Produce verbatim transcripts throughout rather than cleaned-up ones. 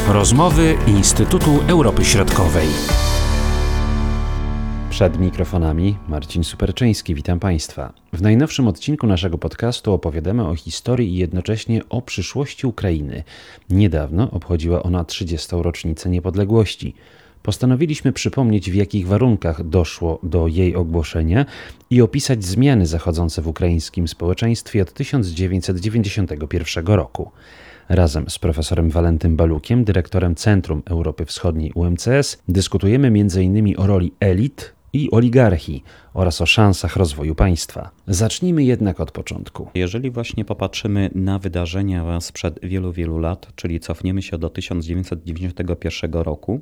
Rozmowy Instytutu Europy Środkowej. Przed mikrofonami Marcin Superczyński, witam Państwa. W najnowszym odcinku naszego podcastu opowiadamy o historii i jednocześnie o przyszłości Ukrainy. Niedawno obchodziła ona trzydziestą rocznicę niepodległości. Postanowiliśmy przypomnieć, w jakich warunkach doszło do jej ogłoszenia i opisać zmiany zachodzące w ukraińskim społeczeństwie od tysiąc dziewięćset dziewięćdziesiątego pierwszego roku. Razem z profesorem Walentym Balukiem, dyrektorem Centrum Europy Wschodniej U M C S, dyskutujemy między innymi o roli elit i oligarchii oraz o szansach rozwoju państwa. Zacznijmy jednak od początku. Jeżeli właśnie popatrzymy na wydarzenia sprzed wielu, wielu lat, czyli cofniemy się do tysiąc dziewięćset dziewięćdziesiątego pierwszego roku,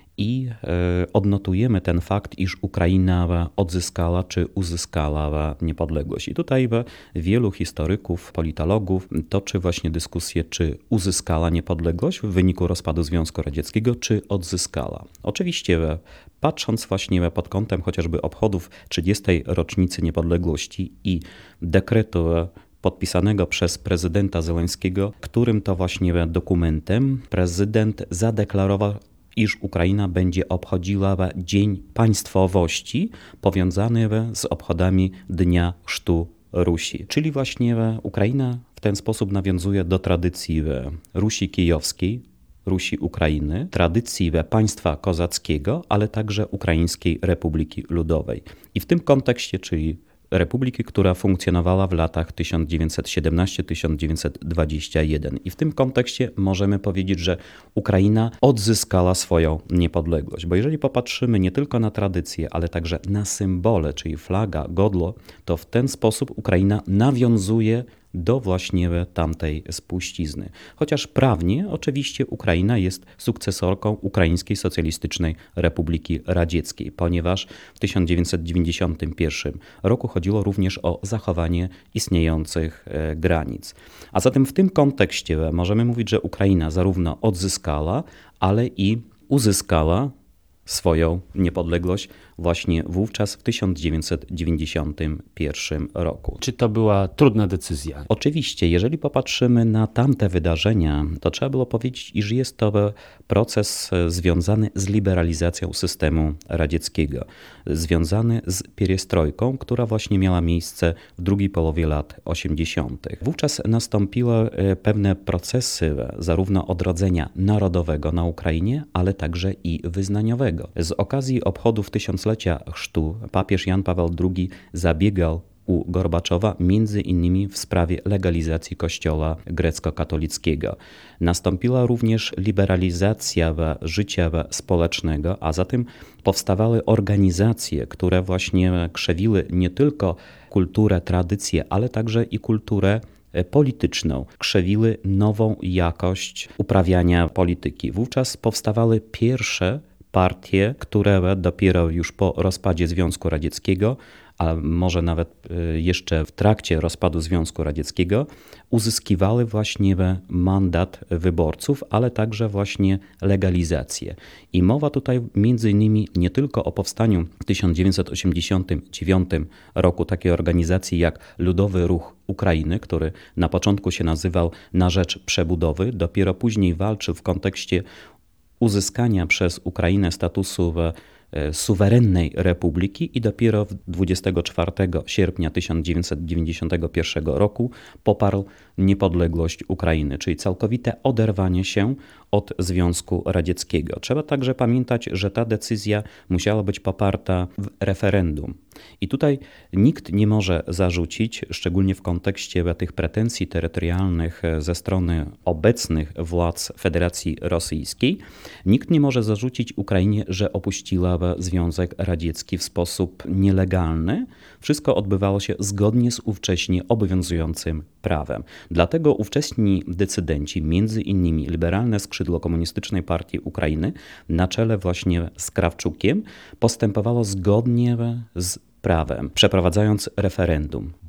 i odnotujemy ten fakt, iż Ukraina odzyskała czy uzyskała niepodległość. I tutaj wielu historyków, politologów toczy właśnie dyskusję, czy uzyskała niepodległość w wyniku rozpadu Związku Radzieckiego, czy odzyskała. Oczywiście patrząc właśnie pod kątem chociażby obchodów trzydziestej rocznicy niepodległości i dekretu podpisanego przez prezydenta Zełenskiego, którym to właśnie dokumentem prezydent zadeklarował, iż Ukraina będzie obchodziła Dzień Państwowości powiązany z obchodami Dnia Chrztu Rusi. Czyli właśnie Ukraina w ten sposób nawiązuje do tradycji Rusi Kijowskiej, Rusi Ukrainy, tradycji państwa kozackiego, ale także Ukraińskiej Republiki Ludowej. I w tym kontekście, czyli Republiki, która funkcjonowała w latach tysiąc dziewięćset siedemnasty do tysiąc dziewięćset dwudziestego pierwszego. I w tym kontekście możemy powiedzieć, że Ukraina odzyskała swoją niepodległość. Bo jeżeli popatrzymy nie tylko na tradycje, ale także na symbole, czyli flaga, godło, to w ten sposób Ukraina nawiązuje do właśnie tamtej spuścizny. Chociaż prawnie oczywiście Ukraina jest sukcesorką Ukraińskiej Socjalistycznej Republiki Radzieckiej, ponieważ w tysiąc dziewięćset dziewięćdziesiątym pierwszym roku chodziło również o zachowanie istniejących granic. A zatem w tym kontekście możemy mówić, że Ukraina zarówno odzyskała, ale i uzyskała swoją niepodległość właśnie wówczas w tysiąc dziewięćset dziewięćdziesiątym pierwszym roku. Czy to była trudna decyzja? Oczywiście, jeżeli popatrzymy na tamte wydarzenia, to trzeba było powiedzieć, iż jest to proces związany z liberalizacją systemu radzieckiego, związany z pierestrojką, która właśnie miała miejsce w drugiej połowie lat osiemdziesiątych. Wówczas nastąpiły pewne procesy zarówno odrodzenia narodowego na Ukrainie, ale także i wyznaniowego. Z okazji obchodów tysiąclecia chrztu papież Jan Paweł drugi zabiegał u Gorbaczowa między innymi w sprawie legalizacji kościoła grecko-katolickiego. Nastąpiła również liberalizacja życia społecznego, a zatem powstawały organizacje, które właśnie krzewiły nie tylko kulturę, tradycję, ale także i kulturę polityczną, krzewiły nową jakość uprawiania polityki. Wówczas powstawały pierwsze partie, które dopiero już po rozpadzie Związku Radzieckiego, a może nawet jeszcze w trakcie rozpadu Związku Radzieckiego, uzyskiwały właśnie mandat wyborców, ale także właśnie legalizację. I mowa tutaj między innymi nie tylko o powstaniu w tysiąc dziewięćset osiemdziesiątym dziewiątym roku takiej organizacji jak Ludowy Ruch Ukrainy, który na początku się nazywał Na rzecz przebudowy, dopiero później walczył w kontekście uzyskania przez Ukrainę statusu suwerennej republiki i dopiero dwudziestego czwartego sierpnia tysiąc dziewięćset dziewięćdziesiątego pierwszego roku poparł niepodległość Ukrainy, czyli całkowite oderwanie się od Związku Radzieckiego. Trzeba także pamiętać, że ta decyzja musiała być poparta w referendum. I tutaj nikt nie może zarzucić, szczególnie w kontekście tych pretensji terytorialnych ze strony obecnych władz Federacji Rosyjskiej, nikt nie może zarzucić Ukrainie, że opuściła Związek Radziecki w sposób nielegalny. Wszystko odbywało się zgodnie z ówcześnie obowiązującym prawem. Dlatego ówcześni decydenci, między innymi liberalne skrzydło Komunistycznej Partii Ukrainy na czele właśnie z Krawczukiem, postępowało zgodnie z prawem, przeprowadzając referendum.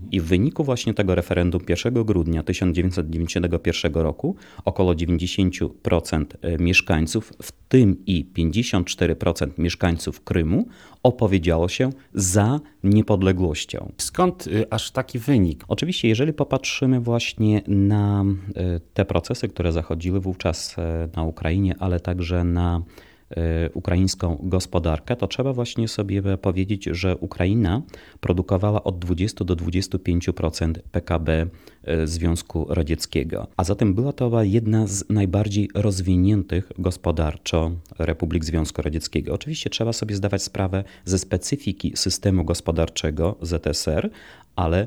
I w wyniku właśnie tego referendum pierwszego grudnia tysiąc dziewięćset dziewięćdziesiątego pierwszego roku około dziewięćdziesiąt procent mieszkańców, w tym i pięćdziesiąt cztery procent mieszkańców Krymu, opowiedziało się za niepodległością. Skąd aż taki wynik? Oczywiście, jeżeli popatrzymy właśnie na te procesy, które zachodziły wówczas na Ukrainie, ale także na ukraińską gospodarkę, to trzeba właśnie sobie powiedzieć, że Ukraina produkowała od dwudziestu do dwudziestu pięciu procent P K B Związku Radzieckiego. A zatem była to jedna z najbardziej rozwiniętych gospodarczo republik Związku Radzieckiego. Oczywiście trzeba sobie zdawać sprawę ze specyfiki systemu gospodarczego Z S R, ale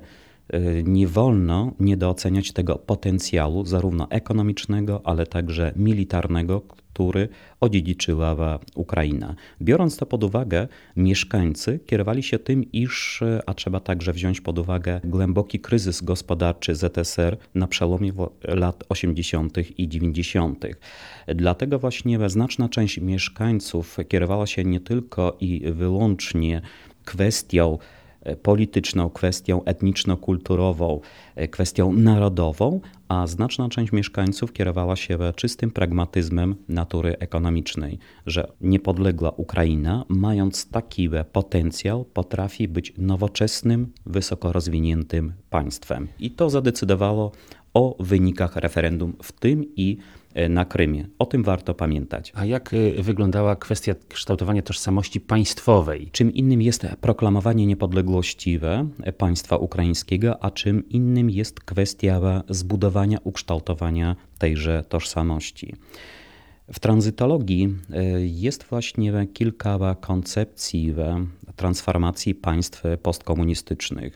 nie wolno niedoceniać tego potencjału zarówno ekonomicznego, ale także militarnego, który odziedziczyła Ukraina. Biorąc to pod uwagę, mieszkańcy kierowali się tym, iż, a trzeba także wziąć pod uwagę głęboki kryzys gospodarczy Z S R na przełomie lat osiemdziesiątych i dziewięćdziesiątych. Dlatego właśnie znaczna część mieszkańców kierowała się nie tylko i wyłącznie kwestią polityczną, kwestią etniczno-kulturową, kwestią narodową, a znaczna część mieszkańców kierowała się czystym pragmatyzmem natury ekonomicznej, że niepodległa Ukraina, mając taki potencjał, potrafi być nowoczesnym, wysoko rozwiniętym państwem. I to zadecydowało o wynikach referendum, w tym i na Krymie. O tym warto pamiętać. A jak wyglądała kwestia kształtowania tożsamości państwowej? Czym innym jest proklamowanie niepodległości państwa ukraińskiego, a czym innym jest kwestia zbudowania, ukształtowania tejże tożsamości. W tranzytologii jest właśnie kilka koncepcji transformacji państw postkomunistycznych.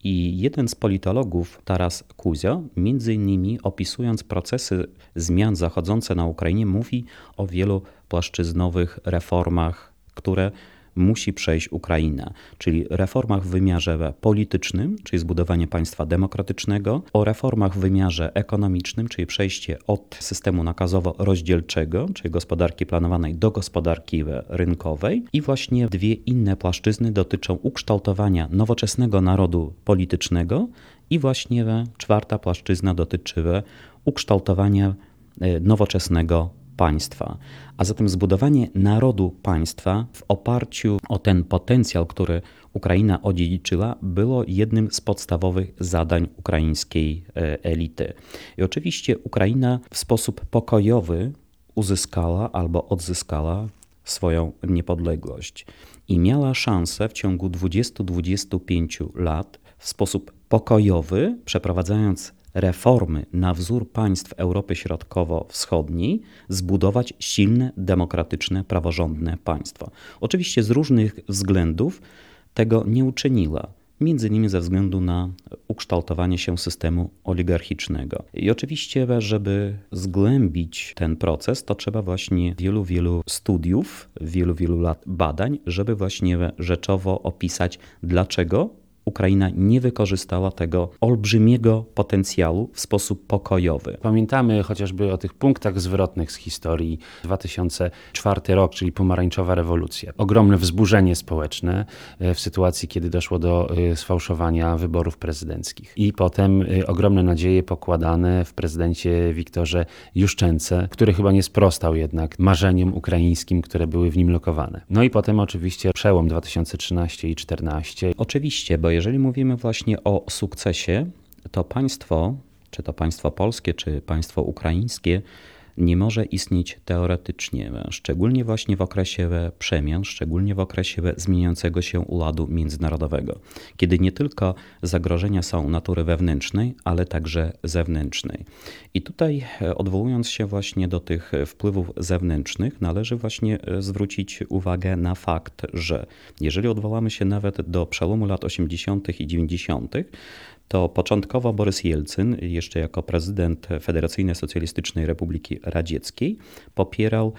I jeden z politologów, Taras Kuzio, między innymi opisując procesy zmian zachodzące na Ukrainie, mówi o wielu płaszczyznowych reformach, które musi przejść Ukraina, czyli reformach w wymiarze politycznym, czyli zbudowanie państwa demokratycznego, o reformach w wymiarze ekonomicznym, czyli przejście od systemu nakazowo-rozdzielczego, czyli gospodarki planowanej, do gospodarki rynkowej. I właśnie dwie inne płaszczyzny dotyczą ukształtowania nowoczesnego narodu politycznego i właśnie czwarta płaszczyzna dotyczy ukształtowania nowoczesnego państwa. A zatem zbudowanie narodu państwa w oparciu o ten potencjał, który Ukraina odziedziczyła, było jednym z podstawowych zadań ukraińskiej elity. I oczywiście Ukraina w sposób pokojowy uzyskała albo odzyskała swoją niepodległość i miała szansę w ciągu dwudziestu do dwudziestu pięciu lat w sposób pokojowy, przeprowadzając reformy na wzór państw Europy Środkowo-Wschodniej, zbudować silne, demokratyczne, praworządne państwo. Oczywiście z różnych względów tego nie uczyniła, między innymi ze względu na ukształtowanie się systemu oligarchicznego. I oczywiście, żeby zgłębić ten proces, to trzeba właśnie wielu, wielu studiów, wielu, wielu lat badań, żeby właśnie rzeczowo opisać, dlaczego Ukraina nie wykorzystała tego olbrzymiego potencjału w sposób pokojowy. Pamiętamy chociażby o tych punktach zwrotnych z historii. dwa tysiące czwarty rok, czyli pomarańczowa rewolucja. Ogromne wzburzenie społeczne w sytuacji, kiedy doszło do sfałszowania wyborów prezydenckich. I potem ogromne nadzieje pokładane w prezydencie Wiktorze Juszczence, który chyba nie sprostał jednak marzeniom ukraińskim, które były w nim lokowane. No i potem oczywiście przełom dwa tysiące trzynasty i dwa tysiące czternasty. Oczywiście, bo jeżeli mówimy właśnie o sukcesie, to państwo, czy to państwo polskie, czy państwo ukraińskie, nie może istnieć teoretycznie, szczególnie właśnie w okresie przemian, szczególnie w okresie zmieniającego się ładu międzynarodowego, kiedy nie tylko zagrożenia są natury wewnętrznej, ale także zewnętrznej. I tutaj, odwołując się właśnie do tych wpływów zewnętrznych, należy właśnie zwrócić uwagę na fakt, że jeżeli odwołamy się nawet do przełomu lat osiemdziesiątych i dziewięćdziesiątych, to początkowo Borys Jelcyn, jeszcze jako prezydent Federacyjnej Socjalistycznej Republiki Radzieckiej, popierał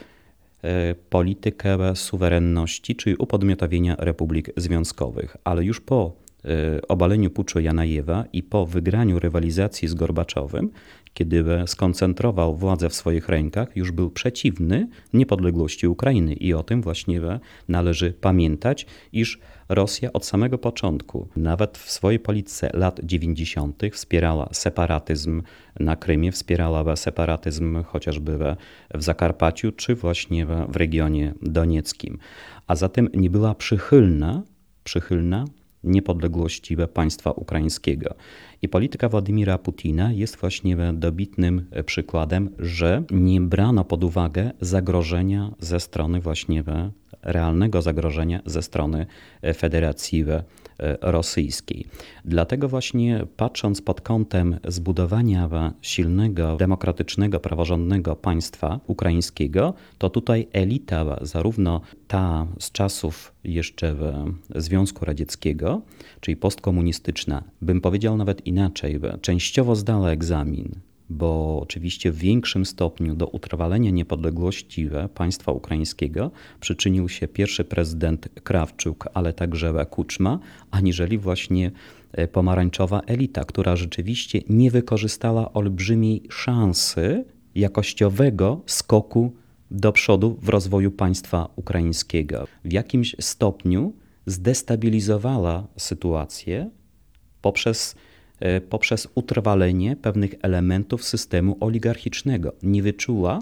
politykę suwerenności, czyli upodmiotowienia republik związkowych. Ale już po obaleniu puczu Janajewa i po wygraniu rywalizacji z Gorbaczowem, kiedy skoncentrował władzę w swoich rękach, już był przeciwny niepodległości Ukrainy. I o tym właśnie należy pamiętać, iż Rosja od samego początku, nawet w swojej polityce lat dziewięćdziesiątych wspierała separatyzm na Krymie, wspierała separatyzm chociażby w Zakarpaciu, czy właśnie w regionie donieckim. A zatem nie była przychylna, przychylna niepodległości państwa ukraińskiego. I polityka Władimira Putina jest właśnie dobitnym przykładem, że nie brano pod uwagę zagrożenia ze strony właśnie realnego zagrożenia ze strony Federacji Rosyjskiej. Dlatego właśnie patrząc pod kątem zbudowania silnego, demokratycznego, praworządnego państwa ukraińskiego, to tutaj elita, zarówno ta z czasów jeszcze Związku Radzieckiego, czyli postkomunistyczna, bym powiedział nawet inaczej, częściowo zdała egzamin, bo oczywiście w większym stopniu do utrwalenia niepodległości państwa ukraińskiego przyczynił się pierwszy prezydent Krawczuk, ale także Kuczma, aniżeli właśnie pomarańczowa elita, która rzeczywiście nie wykorzystała olbrzymiej szansy jakościowego skoku do przodu w rozwoju państwa ukraińskiego. W jakimś stopniu zdestabilizowała sytuację poprzez poprzez utrwalenie pewnych elementów systemu oligarchicznego. Nie wyczuła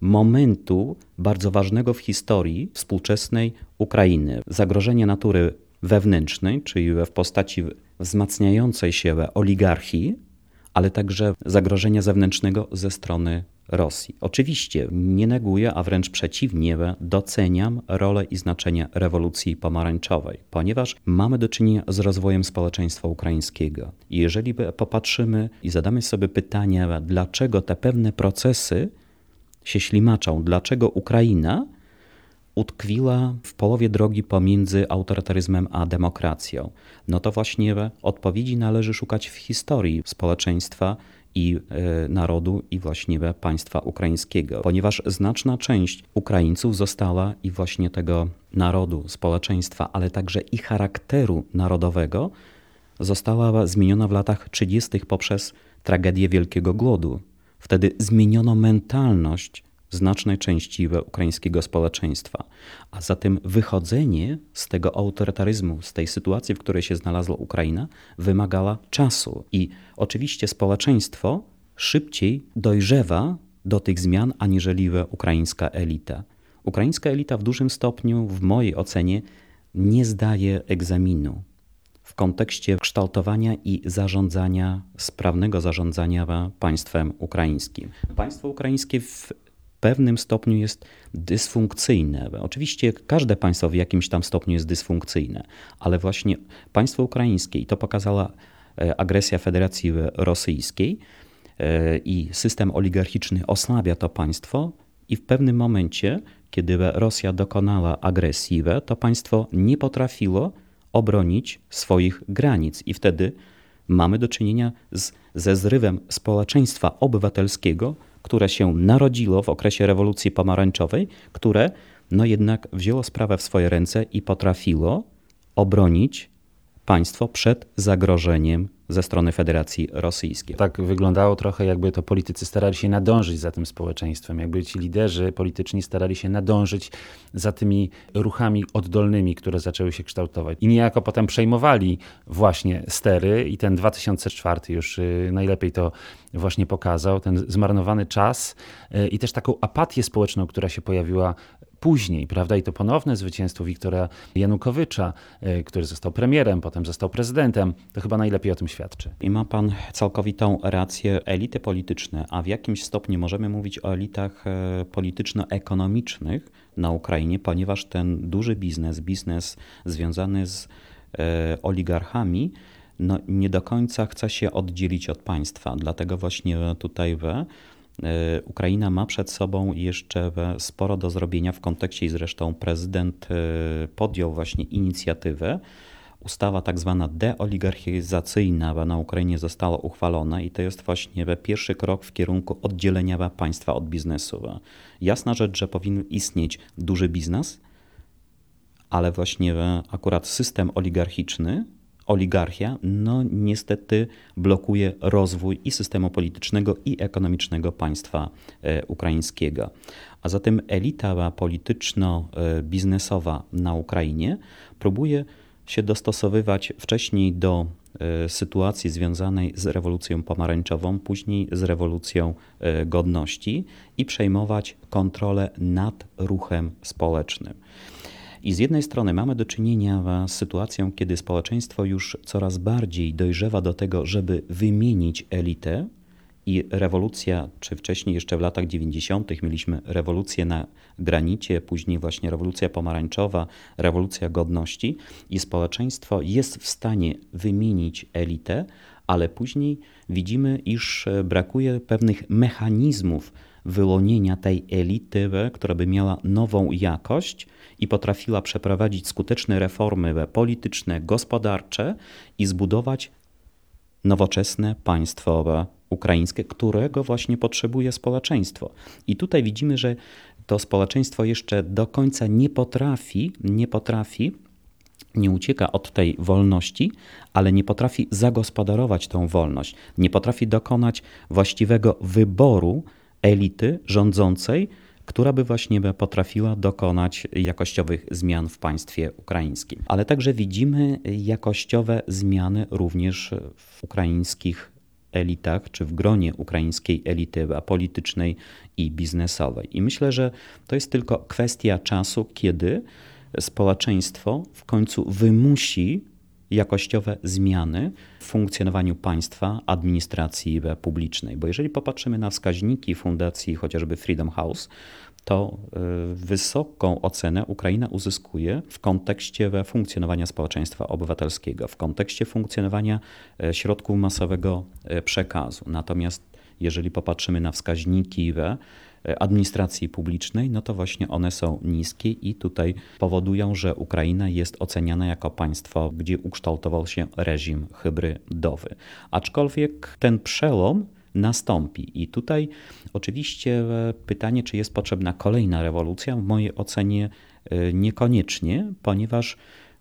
momentu bardzo ważnego w historii współczesnej Ukrainy. Zagrożenie natury wewnętrznej, czyli w postaci wzmacniającej się oligarchii, ale także zagrożenia zewnętrznego ze strony Rosji. Oczywiście nie neguję, a wręcz przeciwnie, doceniam rolę i znaczenie rewolucji pomarańczowej, ponieważ mamy do czynienia z rozwojem społeczeństwa ukraińskiego. I jeżeli popatrzymy i zadamy sobie pytanie, dlaczego te pewne procesy się ślimaczą, dlaczego Ukraina utkwiła w połowie drogi pomiędzy autorytaryzmem a demokracją, no to właśnie odpowiedzi należy szukać w historii społeczeństwa i narodu i właśnie państwa ukraińskiego, ponieważ znaczna część Ukraińców została i właśnie tego narodu, społeczeństwa, ale także i charakteru narodowego została zmieniona w latach trzydziestych poprzez tragedię Wielkiego Głodu. Wtedy zmieniono mentalność znacznej części ukraińskiego społeczeństwa. A zatem wychodzenie z tego autorytaryzmu, z tej sytuacji, w której się znalazła Ukraina, wymagała czasu. I oczywiście społeczeństwo szybciej dojrzewa do tych zmian, aniżeli ukraińska elita. Ukraińska elita w dużym stopniu, w mojej ocenie, nie zdaje egzaminu w kontekście kształtowania i zarządzania, sprawnego zarządzania państwem ukraińskim. Państwo ukraińskie w W pewnym stopniu jest dysfunkcyjne. Oczywiście każde państwo w jakimś tam stopniu jest dysfunkcyjne, ale właśnie państwo ukraińskie, i to pokazała agresja Federacji Rosyjskiej i system oligarchiczny osłabia to państwo i w pewnym momencie, kiedy Rosja dokonała agresji, to państwo nie potrafiło obronić swoich granic i wtedy mamy do czynienia z, ze zrywem społeczeństwa obywatelskiego, które się narodziło w okresie rewolucji pomarańczowej, które no jednak wzięło sprawę w swoje ręce i potrafiło obronić państwo przed zagrożeniem ze strony Federacji Rosyjskiej. Tak wyglądało trochę, jakby to politycy starali się nadążyć za tym społeczeństwem, jakby ci liderzy polityczni starali się nadążyć za tymi ruchami oddolnymi, które zaczęły się kształtować. I niejako potem przejmowali właśnie stery i ten dwa tysiące czwarty już najlepiej to właśnie pokazał, ten zmarnowany czas i też taką apatię społeczną, która się pojawiła później, prawda? I to ponowne zwycięstwo Wiktora Janukowycza, który został premierem, potem został prezydentem, to chyba najlepiej o tym świadczy. I ma pan całkowitą rację. Elity polityczne, a w jakimś stopniu możemy mówić o elitach polityczno-ekonomicznych na Ukrainie, ponieważ ten duży biznes, biznes związany z oligarchami, no nie do końca chce się oddzielić od państwa. Dlatego właśnie tutaj we Ukraina ma przed sobą jeszcze sporo do zrobienia w kontekście i zresztą prezydent podjął właśnie inicjatywę. Ustawa tak zwana deoligarchizacyjna na Ukrainie została uchwalona i to jest właśnie pierwszy krok w kierunku oddzielenia państwa od biznesu. Jasna rzecz, że powinien istnieć duży biznes, ale właśnie akurat system oligarchiczny, oligarchia, no niestety blokuje rozwój i systemu politycznego, i ekonomicznego państwa ukraińskiego. A zatem elita polityczno-biznesowa na Ukrainie próbuje się dostosowywać wcześniej do sytuacji związanej z rewolucją pomarańczową, później z rewolucją godności i przejmować kontrolę nad ruchem społecznym. I z jednej strony mamy do czynienia z sytuacją, kiedy społeczeństwo już coraz bardziej dojrzewa do tego, żeby wymienić elitę, i rewolucja, czy wcześniej jeszcze w latach dziewięćdziesiątych mieliśmy rewolucję na granicie, później właśnie rewolucja pomarańczowa, rewolucja godności i społeczeństwo jest w stanie wymienić elitę, ale później widzimy, iż brakuje pewnych mechanizmów wyłonienia tej elity, która by miała nową jakość i potrafiła przeprowadzić skuteczne reformy polityczne, gospodarcze i zbudować nowoczesne państwo ukraińskie, którego właśnie potrzebuje społeczeństwo. I tutaj widzimy, że to społeczeństwo jeszcze do końca nie potrafi, nie potrafi, nie ucieka od tej wolności, ale nie potrafi zagospodarować tą wolność, nie potrafi dokonać właściwego wyboru elity rządzącej, która by właśnie potrafiła dokonać jakościowych zmian w państwie ukraińskim. Ale także widzimy jakościowe zmiany również w ukraińskich elitach, czy w gronie ukraińskiej elity politycznej i biznesowej. I myślę, że to jest tylko kwestia czasu, kiedy społeczeństwo w końcu wymusi jakościowe zmiany w funkcjonowaniu państwa, administracji publicznej. Bo jeżeli popatrzymy na wskaźniki fundacji chociażby Freedom House, to wysoką ocenę Ukraina uzyskuje w kontekście funkcjonowania społeczeństwa obywatelskiego, w kontekście funkcjonowania środków masowego przekazu. Natomiast jeżeli popatrzymy na wskaźniki administracji publicznej, no to właśnie one są niskie i tutaj powodują, że Ukraina jest oceniana jako państwo, gdzie ukształtował się reżim hybrydowy. Aczkolwiek ten przełom nastąpi. I tutaj oczywiście pytanie, czy jest potrzebna kolejna rewolucja, w mojej ocenie niekoniecznie, ponieważ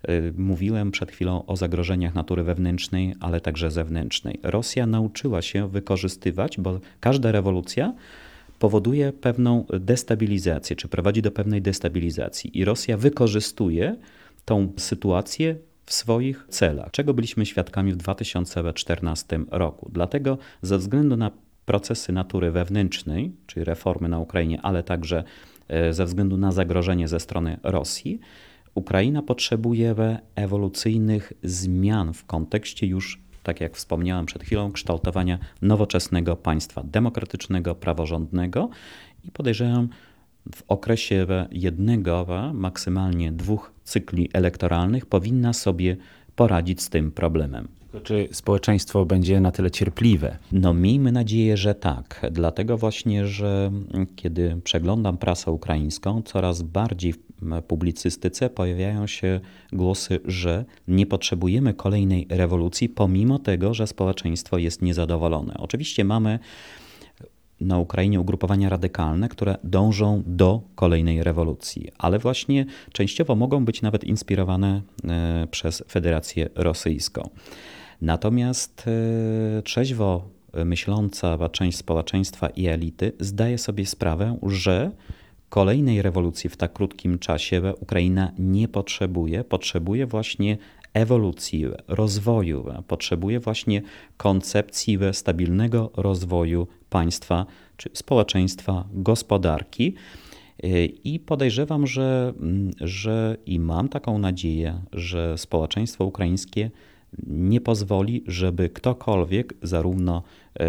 mówiłem przed chwilą o zagrożeniach natury wewnętrznej, ale także zewnętrznej. Rosja nauczyła się wykorzystywać, bo każda rewolucja powoduje pewną destabilizację, czy prowadzi do pewnej destabilizacji. I Rosja wykorzystuje tą sytuację w swoich celach, czego byliśmy świadkami w dwa tysiące czternastym roku. Dlatego ze względu na procesy natury wewnętrznej, czyli reformy na Ukrainie, ale także ze względu na zagrożenie ze strony Rosji, Ukraina potrzebuje ewolucyjnych zmian w kontekście już, tak jak wspomniałem przed chwilą, kształtowania nowoczesnego państwa demokratycznego, praworządnego i podejrzewam, w okresie jednego, maksymalnie dwóch cykli elektoralnych powinna sobie poradzić z tym problemem. Czy społeczeństwo będzie na tyle cierpliwe? No miejmy nadzieję, że tak. Dlatego właśnie, że kiedy przeglądam prasę ukraińską, coraz bardziej w publicystyce pojawiają się głosy, że nie potrzebujemy kolejnej rewolucji, pomimo tego, że społeczeństwo jest niezadowolone. Oczywiście mamy na Ukrainie ugrupowania radykalne, które dążą do kolejnej rewolucji, ale właśnie częściowo mogą być nawet inspirowane przez Federację Rosyjską. Natomiast trzeźwo myśląca część społeczeństwa i elity zdaje sobie sprawę, że kolejnej rewolucji w tak krótkim czasie Ukraina nie potrzebuje. Potrzebuje właśnie ewolucji, rozwoju, potrzebuje właśnie koncepcji stabilnego rozwoju państwa czy społeczeństwa, gospodarki. I podejrzewam, że, że i mam taką nadzieję, że społeczeństwo ukraińskie nie pozwoli, żeby ktokolwiek, zarówno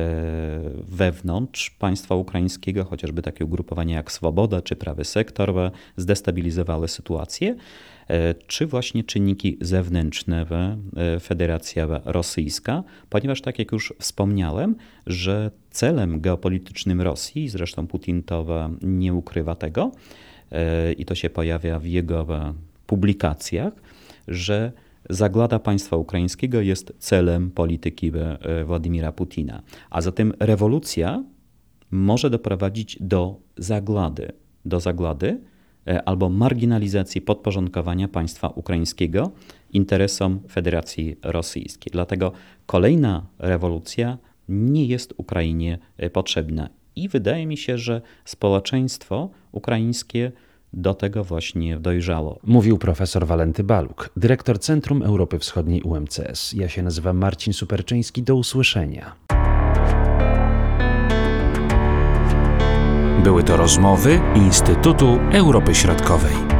wewnątrz państwa ukraińskiego, chociażby takie ugrupowania jak Swoboda czy Prawy Sektor, zdestabilizowały sytuację, czy właśnie czynniki zewnętrzne, Federacja Rosyjska, ponieważ tak jak już wspomniałem, że celem geopolitycznym Rosji, zresztą Putin to nie ukrywa tego i to się pojawia w jego publikacjach, że zagłada państwa ukraińskiego jest celem polityki Władimira Putina. A zatem rewolucja może doprowadzić do zagłady, do zagłady albo marginalizacji, podporządkowania państwa ukraińskiego interesom Federacji Rosyjskiej. Dlatego kolejna rewolucja nie jest Ukrainie potrzebna. I wydaje mi się, że społeczeństwo ukraińskie do tego właśnie dojrzało. Mówił profesor Walenty Baluk, dyrektor Centrum Europy Wschodniej U M C S. Ja się nazywam Marcin Superczyński. Do usłyszenia. Były to rozmowy Instytutu Europy Środkowej.